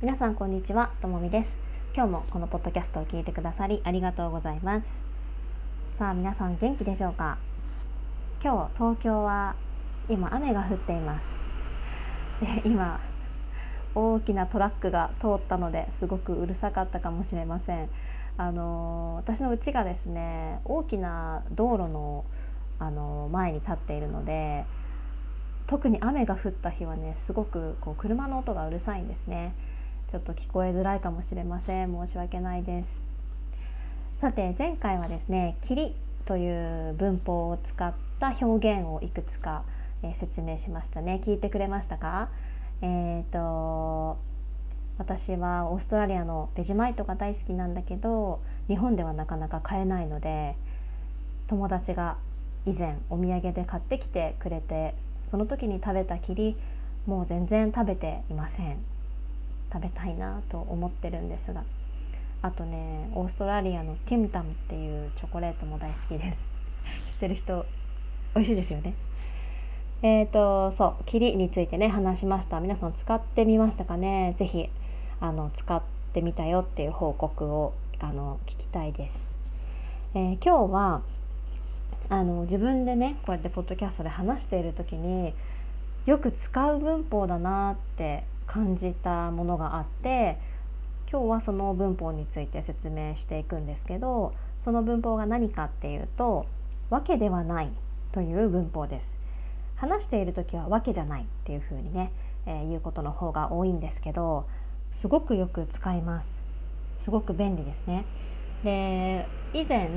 皆さんこんにちは、ともみです。今日もこのポッドキャストを聞いてくださりありがとうございます。さあ皆さん元気でしょうか。今日東京は今雨が降っています。今大きなトラックが通ったのですごくうるさかったかもしれません。私の家がですね、大きな道路の前に立っているので、特に雨が降った日はね、すごく車の音がうるさいんですね。ちょっと聞こえづらいかもしれません。申し訳ないです。さて前回はですね、霧という文法を使った表現をいくつか、説明しましたね。聞いてくれましたか？私はオーストラリアのベジマイトが大好きなんだけど、日本ではなかなか買えないので、友達が以前お土産で買ってきてくれて、その時に食べた霧、もう全然食べていません。食べたいなと思ってるんですが、あとね、オーストラリアのティムタムっていうチョコレートも大好きです知ってる人、美味しいですよね。そう、霧についてね話しました。皆さん使ってみましたかね。ぜひ使ってみたよっていう報告を聞きたいです。今日は自分でねこうやってポッドキャストで話している時によく使う文法だなって感じたものがあって、今日はその文法について説明していくんですけど、その文法が何かっていうと、わけではないという文法です。話している時はわけじゃないっていう風にね、言うことの方が多いんですけど、すごくよく使います。すごく便利ですね。で、以前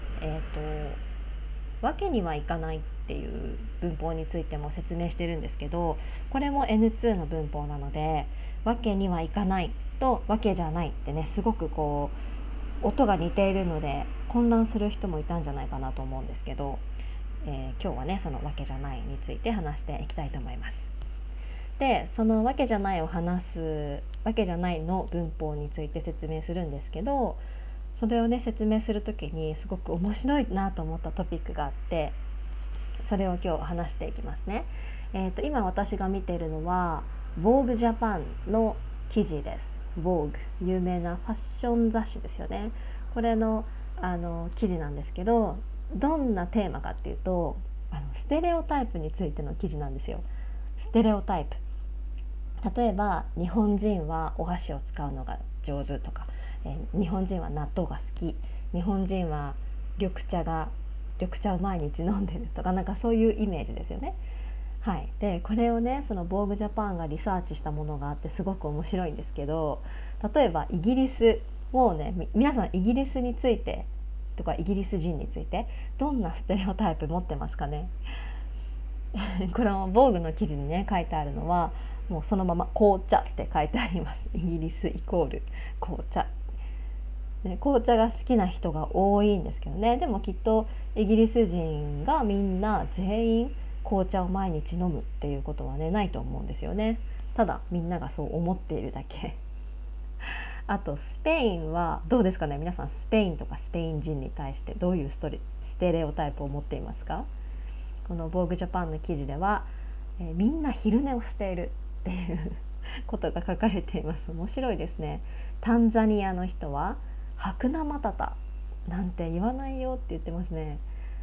わけにはいかないっていう文法についても説明してるんですけど、これも N2 の文法なので、わけにはいかないとわけじゃないってね、すごく音が似ているので混乱する人もいたんじゃないかなと思うんですけど、今日はねそのわけじゃないについて話していきたいと思います。で、そのわけじゃないを話すわけじゃないの文法について説明するんですけど、それをね説明する時にすごく面白いなと思ったトピックがあって、それを今日話していきますね。今私が見ているのは Vogue Japan の記事です。 Vogue、 有名なファッション雑誌ですよね。これの記事なんですけど、どんなテーマかっていうと、ステレオタイプについての記事なんですよ。ステレオタイプ、例えば日本人はお箸を使うのが上手とか、日本人は納豆が好き、日本人は緑茶を毎日飲んでるとか、なんかそういうイメージですよね。はい、でこれをねそのボーグジャパンがリサーチしたものがあって、すごく面白いんですけど、例えばイギリスをね、皆さんイギリスについてとかイギリス人についてどんなステレオタイプ持ってますかねこのボーグの記事にね書いてあるのは、もうそのまま紅茶って書いてあります。イギリスイコール紅茶、ね、紅茶が好きな人が多いんですけどね。でもきっとイギリス人がみんな全員紅茶を毎日飲むっていうことはねないと思うんですよね。ただみんながそう思っているだけあとスペインはどうですかね。皆さんスペインとかスペイン人に対してどういうステレオタイプを持っていますか？このボーグジャパンの記事では、みんな昼寝をしているっていうことが書かれています。面白いですね。タンザニアの人はハクナマタタなんて言わないよって言ってますね。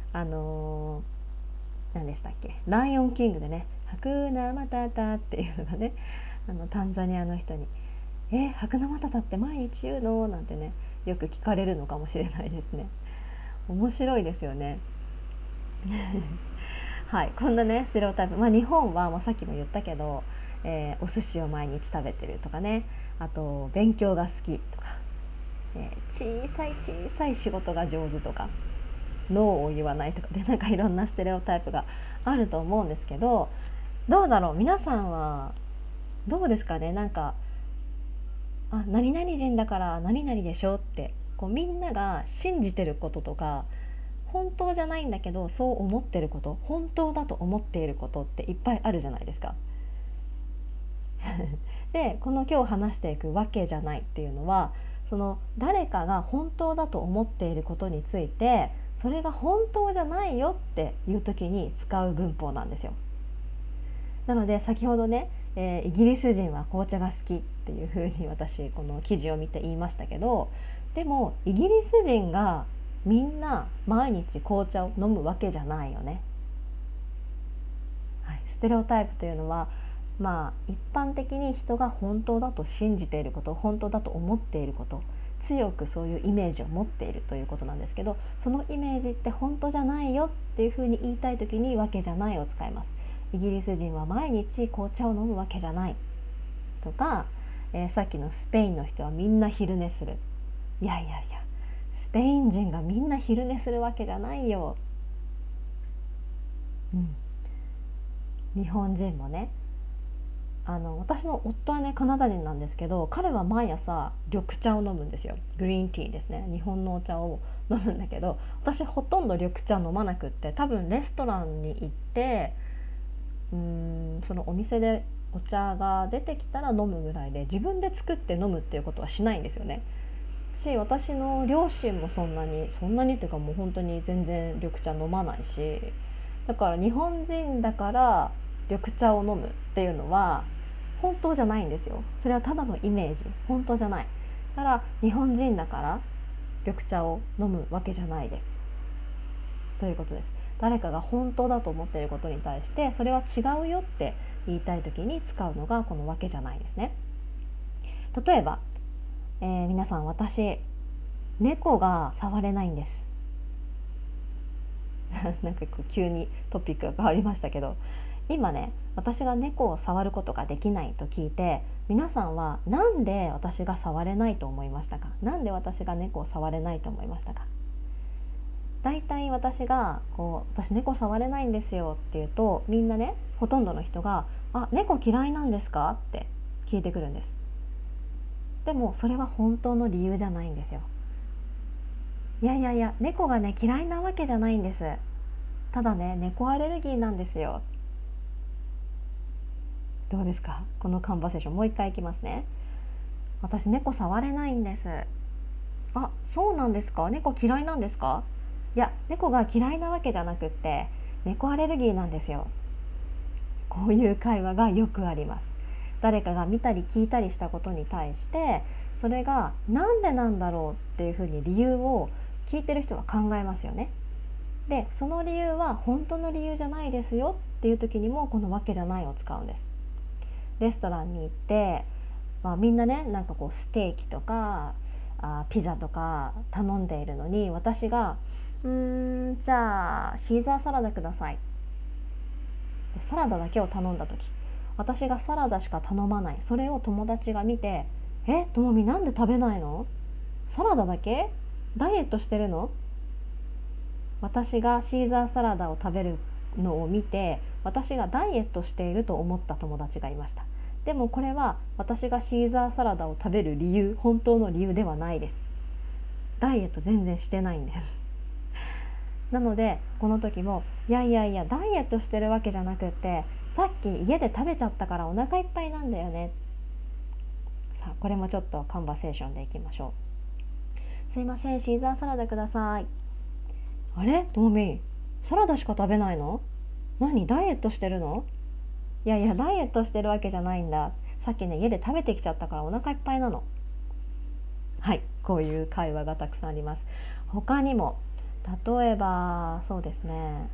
何でしたっけ、ライオンキングでね、ハクナマタタっていうのがね、タンザニアの人にハクナマタタって毎日言うのなんてね、よく聞かれるのかもしれないですね。面白いですよねはい、こんなねステレオタイプ、日本は、さっきも言ったけど、お寿司を毎日食べてるとかね、あと勉強が好きとか、小さい仕事が上手とか、ノーを言わないとかで、なんかいろんなステレオタイプがあると思うんですけど、どうだろう、皆さんはどうですかね。なんか何々人だから何々でしょってみんなが信じてることとか、本当じゃないんだけどそう思ってること、本当だと思っていることっていっぱいあるじゃないですかでこの今日話していくわけじゃないっていうのは、その誰かが本当だと思っていることについて、それが本当じゃないよっていう時に使う文法なんですよ。なので先ほどね、イギリス人は紅茶が好きっっていうふうに私この記事を見て言いましたけど、でもイギリス人がみんな毎日紅茶を飲むわけじゃないよね。はい、ステレオタイプというのは、一般的に人が本当だと信じていること、本当だと思っていること、強くそういうイメージを持っているということなんですけど、そのイメージって本当じゃないよっていうふうに言いたい時にわけじゃないを使います。イギリス人は毎日紅茶を飲むわけじゃないとか、さっきのスペインの人はみんな昼寝する。いやいやいや、スペイン人がみんな昼寝するわけじゃないよ。日本人もね、私の夫はねカナダ人なんですけど、彼は毎朝緑茶を飲むんですよ。グリーンティーですね、日本のお茶を飲むんだけど、私ほとんど緑茶飲まなくって、多分レストランに行ってそのお店でお茶が出てきたら飲むぐらいで、自分で作って飲むっていうことはしないんですよね。私の両親もそんなにっていうか、もう本当に全然緑茶飲まないし、だから日本人だから緑茶を飲むっていうのは本当じゃないんですよ。それはただのイメージ、本当じゃない。だから日本人だから緑茶を飲むわけじゃないですということです。誰かが本当だと思っていることに対して、それは違うよって言いたい時に使うのがこのわけじゃないですね。例えば、皆さん、私猫が触れないんですなんかこう急にトピックが変わりましたけど、今ね、私が猫を触ることができないと聞いて、皆さんはなんで私が触れないと思いましたか？なんで私が猫を触れないと思いましたか？だいたい私が私猫触れないんですよって言うと、みんなね、ほとんどの人が猫嫌いなんですかって聞いてくるんです。でもそれは本当の理由じゃないんですよ。いやいやいや、猫がね嫌いなわけじゃないんです。ただね、猫アレルギーなんですよ。どうですか、このカンバセーション。もう一回いきますね。私猫触れないんです。そうなんですか、猫嫌いなんですか？いや、猫が嫌いなわけじゃなくって、猫アレルギーなんですよ。こういう会話がよくあります。誰かが見たり聞いたりしたことに対して、それがなんでなんだろうっていうふうに理由を聞いてる人は考えますよね。で、その理由は本当の理由じゃないですよっていう時にもこのわけじゃないを使うんです。レストランに行って、みんなね、なんかこうステーキとかピザとか頼んでいるのに、私がじゃあシーザーサラダください、サラダだけを頼んだ時、私がサラダしか頼まない、それを友達が見て、ともみなんで食べないの？サラダだけ？ダイエットしてるの？私がシーザーサラダを食べるのを見て、私がダイエットしていると思った友達がいました。でもこれは私がシーザーサラダを食べる理由、本当の理由ではないです。ダイエット全然してないんですなのでこの時も、いやいやいや、ダイエットしてるわけじゃなくって、さっき家で食べちゃったからお腹いっぱいなんだよね。さあ、これもちょっとカンバセーションでいきましょう。すいません、シーザーサラダください。あれ、ともみ、サラダしか食べないの？何、ダイエットしてるの？いやいや、ダイエットしてるわけじゃないんだ。さっきね、家で食べてきちゃったからお腹いっぱいなの。はい、こういう会話がたくさんあります。他にも、例えばそうですね、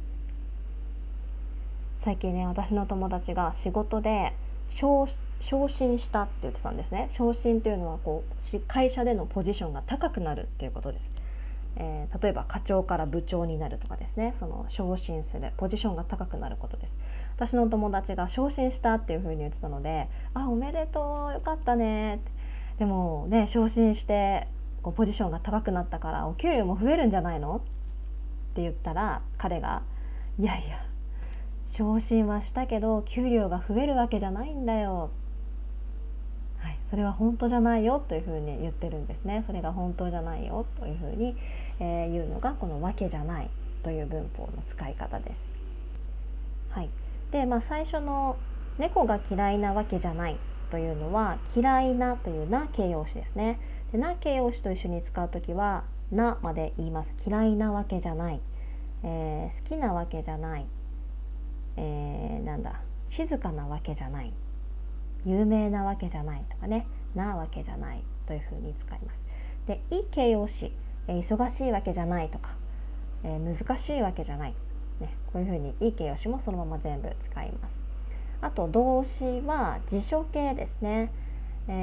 最近ね、私の友達が仕事で昇進したって言ってたんですね。昇進っていうのは会社でのポジションが高くなるっていうことです。例えば課長から部長になるとかですね、その昇進する、ポジションが高くなることです。私の友達が昇進したっていうふうに言ってたので、おめでとう、よかったねって。でもね、昇進してポジションが高くなったからお給料も増えるんじゃないのって言ったら、彼が、いやいや、昇進はしたけど給料が増えるわけじゃないんだよ、はい、それは本当じゃないよというふうに言ってるんですね。それが本当じゃないよというふうに、言うのがこのわけじゃないという文法の使い方です。はい、で、最初の猫が嫌いなわけじゃないというのは、嫌いなというな形容詞ですね。で、な形容詞と一緒に使うときはなまで言います。嫌いなわけじゃない、好きなわけじゃない、静かなわけじゃない、 有名なわけじゃないとかね、なわけじゃないというふうに使います。でい形容詞、忙しいわけじゃないとか、難しいわけじゃない、ね、こういうふうにい形容詞もそのまま全部使います。あと動詞は辞書形ですね。ダ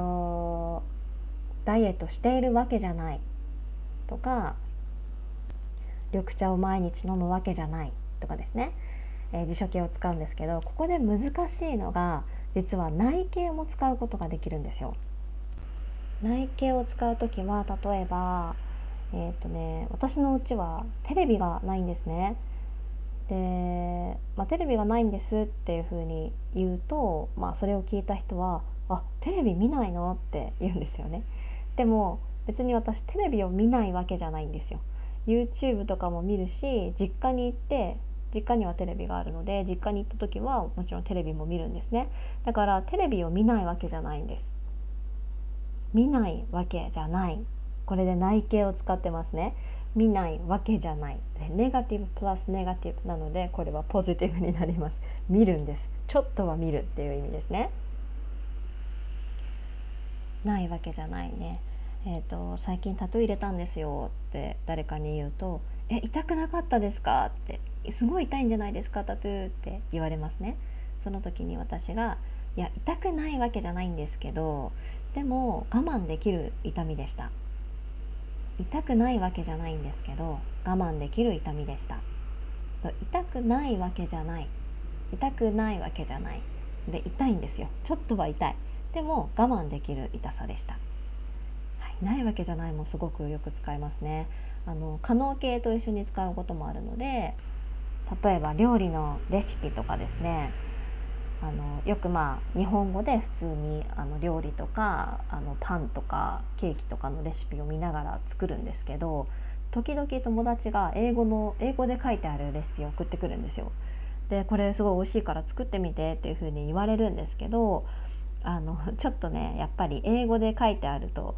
イエットしているわけじゃないとか、緑茶を毎日飲むわけじゃないとかですね、辞書形を使うんですけど、ここで難しいのが実は内形も使うことができるんですよ。内形を使うときは例えば私のうちはテレビがないんですね。で、テレビがないんですっていうふうに言うと、それを聞いた人はテレビ見ないのって言うんですよね。でも別に私テレビを見ないわけじゃないんですよ。 YouTube とかも見るし、実家に行って実家にはテレビがあるので、実家に行った時はもちろんテレビも見るんですね。だからテレビを見ないわけじゃないんです。見ないわけじゃない、これで内形を使ってますね。見ないわけじゃない、ネガティブプラスネガティブなので、これはポジティブになります。見るんです。ちょっとは見るっていう意味ですね。ないわけじゃないね。最近タトゥー入れたんですよって誰かに言うと、痛くなかったですかって、すごい痛いんじゃないですかタトゥーって言われますね。その時に私が、いや痛くないわけじゃないんですけど、でも我慢できる痛みでした。痛くないわけじゃないんですけど我慢できる痛みでした。痛くないわけじゃない、痛くないわけじゃないで、痛いんですよ。ちょっとは痛い、でも我慢できる痛さでした。ないわけじゃないもすごくよく使いますね。可能形と一緒に使うこともあるので、例えば料理のレシピとかですね、よく日本語で普通に料理とかパンとかケーキとかのレシピを見ながら作るんですけど、時々友達が英語で書いてあるレシピを送ってくるんですよ。でこれすごい美味しいから作ってみてっていう風に言われるんですけど、ちょっとねやっぱり英語で書いてあると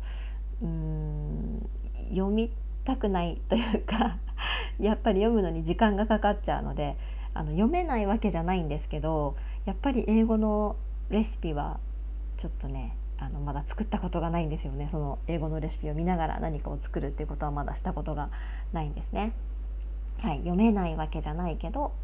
読みたくないというかやっぱり読むのに時間がかかっちゃうので、読めないわけじゃないんですけど、やっぱり英語のレシピはちょっとねまだ作ったことがないんですよね。その英語のレシピを見ながら何かを作るっていうことはまだしたことがないんですね。読めないわけじゃないけど、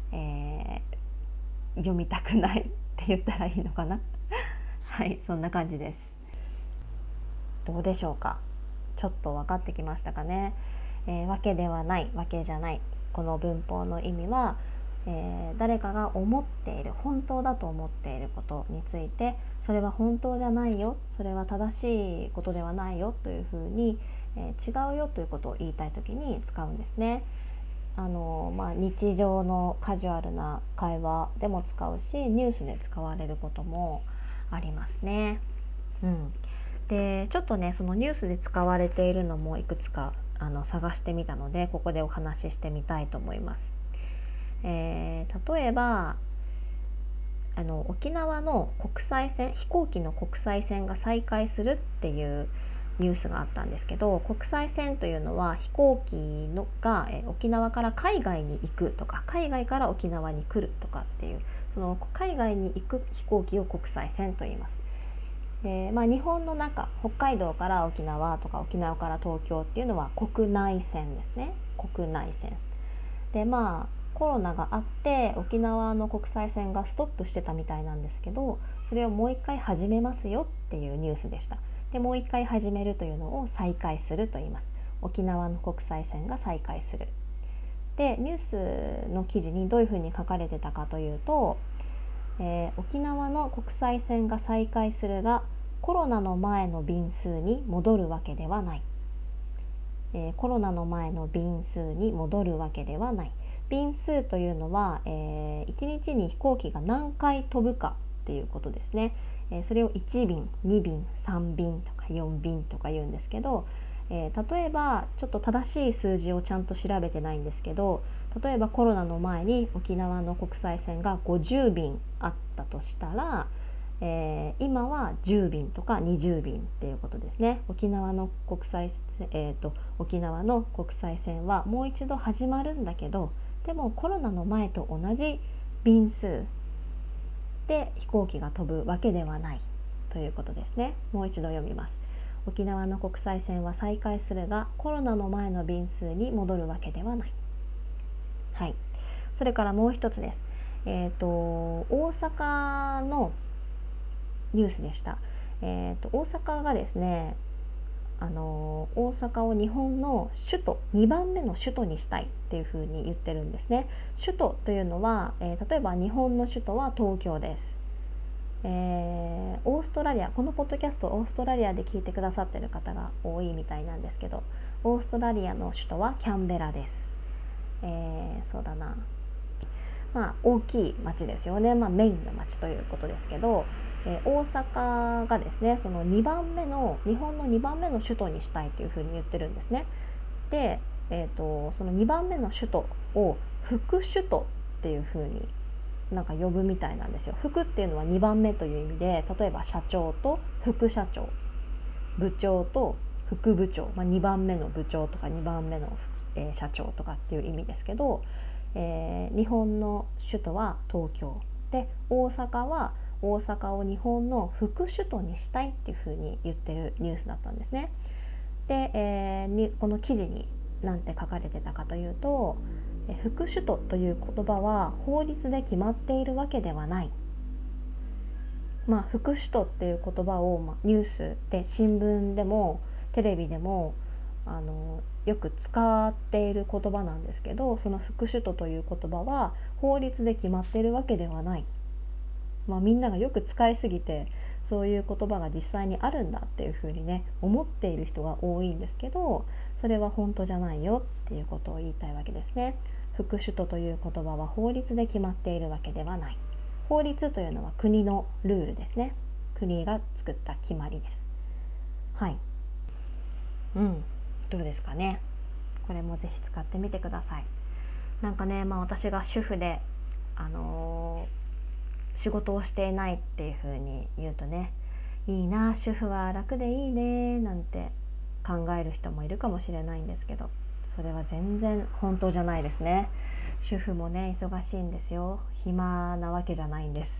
読みたくないって言ったらいいのかなそんな感じです。どうでしょうか。ちょっと分かってきましたかね。わけではない、わけじゃない、この文法の意味は、誰かが思っている、本当だと思っていることについて、それは本当じゃないよ、それは正しいことではないよというふうに、違うよということを言いたいときに使うんですね。日常のカジュアルな会話でも使うし、ニュースで使われることもありますね。でちょっとねそのニュースで使われているのもいくつか探してみたので、ここでお話ししてみたいと思います。例えば沖縄の国際線、飛行機の国際線が再開するっていうニュースがあったんですけど、国際線というのは飛行機が沖縄から海外に行くとか、海外から沖縄に来るとかっていう、その海外に行く飛行機を国際線と言います。で日本の中、北海道から沖縄とか沖縄から東京っていうのは国内線ですね。国内線でコロナがあって沖縄の国際線がストップしてたみたいなんですけど、それをもう一回始めますよっていうニュースでした。でもう一回始めるというのを再開すると言います。沖縄の国際線が再開する。でニュースの記事にどういうふうに書かれてたかというと、沖縄の国際線が再開するがコロナの前の便数に戻るわけではない、コロナの前の便数に戻るわけではない。便数というのは、1日に飛行機が何回飛ぶかっていうことですね。それを1便、2便、3便とか4便とか言うんですけど、例えばちょっと正しい数字をちゃんと調べてないんですけど、例えばコロナの前に沖縄の国際線が50便あったとしたら、今は10便とか20便っていうことですね。沖縄の国際線はもう一度始まるんだけど、でもコロナの前と同じ便数って飛行機が飛ぶわけではないということですね。もう一度読みます。沖縄の国際線は再開するが、コロナの前の便数に戻るわけではない。はい。それからもう一つです。大阪のニュースでした。大阪がですね、大阪を日本の首都2番目の首都にしたいっていうふうに言ってるんですね。首都というのは、例えば日本の首都は東京です。オーストラリア、このポッドキャストオーストラリアで聞いてくださってる方が多いみたいなんですけど、オーストラリアの首都はキャンベラです。そうだな、大きい町ですよね。メインの町ということですけど、大阪がですね、その2番目の日本の2番目の首都にしたいというふうに言ってるんですね。で、その2番目の首都を副首都っていうふうに呼ぶみたいなんですよ。副っていうのは2番目という意味で、例えば社長と副社長、部長と副部長、2番目の部長とか2番目の、社長とかっていう意味ですけど、日本の首都は東京で、大阪は大阪を日本の副首都にしたいっていうふうに言ってるニュースだったんですね。で、この記事に何て書かれてたかというと、副首都という言葉は法律で決まっているわけではない。副首都っていう言葉を、ニュースで新聞でもテレビでもよく使っている言葉なんですけど、その副首都という言葉は法律で決まっているわけではない。みんながよく使いすぎて、そういう言葉が実際にあるんだっていうふうにね思っている人が多いんですけど、それは本当じゃないよっていうことを言いたいわけですね。副首都という言葉は法律で決まっているわけではない。法律というのは国のルールですね。国が作った決まりです。はい。どうですかね。これもぜひ使ってみてください。私が主婦で仕事をしていないっていう風に言うとね、いいな、主婦は楽でいいねなんて考える人もいるかもしれないんですけど、それは全然本当じゃないですね。主婦もね忙しいんですよ。暇なわけじゃないんです。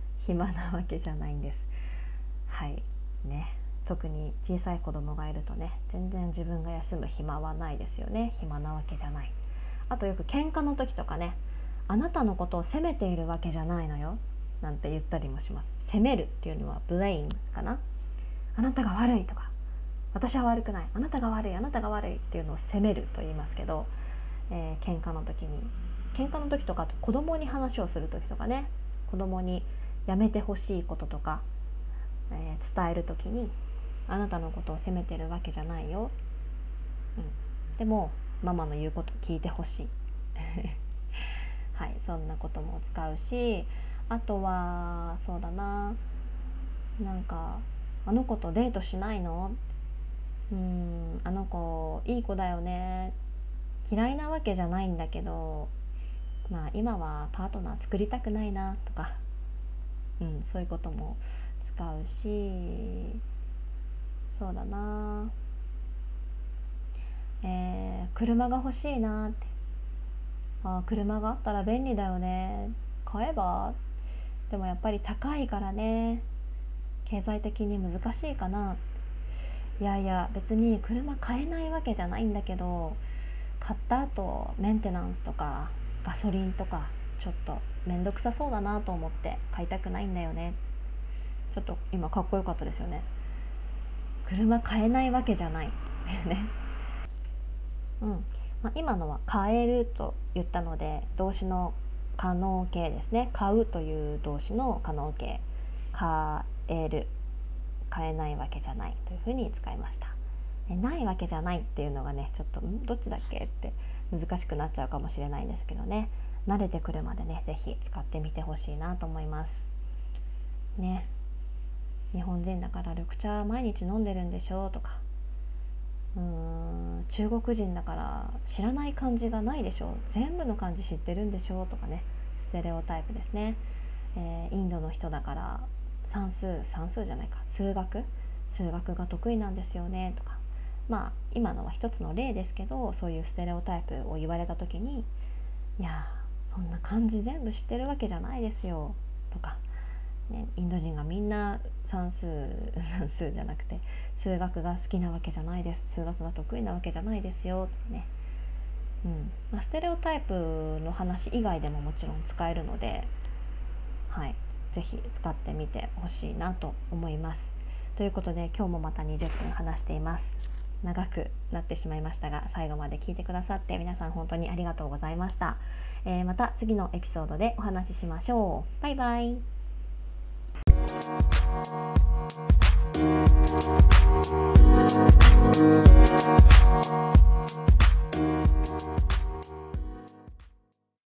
はいね。特に小さい子供がいるとね、全然自分が休む暇はないですよね。暇なわけじゃない。あとよく喧嘩の時とかね、あなたのことを責めているわけじゃないのよなんて言ったりもします。責めるっていうのはブレインかな。あなたが悪いとか、私は悪くない、あなたが悪いっていうのを責めると言いますけど、喧嘩の時とか、あと子供に話をする時とかね、子供にやめてほしいこととか、伝える時にあなたのことを責めてるわけじゃないよ、でもママの言うこと聞いてほしいはい、そんなことも使うし、あとはそうだな、あの子とデートしないの？あの子いい子だよね、嫌いなわけじゃないんだけど、今はパートナー作りたくないなとか、そういうことも使うし、そうだな、車が欲しいなって、車があったら便利だよね、買えば？でもやっぱり高いからね、経済的に難しいかな。いやいや、別に車買えないわけじゃないんだけど、買った後メンテナンスとかガソリンとかちょっとめんどくさそうだなと思って買いたくないんだよね。ちょっと今かっこよかったですよね。車買えないわけじゃないね。今のは買えると言ったので動詞の可能形ですね。買うという動詞の可能形、買える、買えないわけじゃないというふうに使いました。ないわけじゃないっていうのがね、ちょっとどっちだっけって難しくなっちゃうかもしれないんですけどね、慣れてくるまでねぜひ使ってみてほしいなと思いますね。日本人だから緑茶毎日飲んでるんでしょとか、中国人だから知らない漢字がないでしょ、全部の漢字知ってるんでしょとかね、ステレオタイプですね。インドの人だから算数じゃないか、数学が得意なんですよねとか、今のは一つの例ですけど、そういうステレオタイプを言われた時に、いやそんな漢字全部知ってるわけじゃないですよとか、 ね、インド人がみんな算数じゃなくて数学が好きなわけじゃないです、数学が得意なわけじゃないですよね。ステレオタイプの話以外でももちろん使えるので、はい、ぜひ使ってみてほしいなと思います。ということで今日もまた20分話しています。長くなってしまいましたが、最後まで聞いてくださって皆さん本当にありがとうございました。また次のエピソードでお話ししましょう。バイバイ。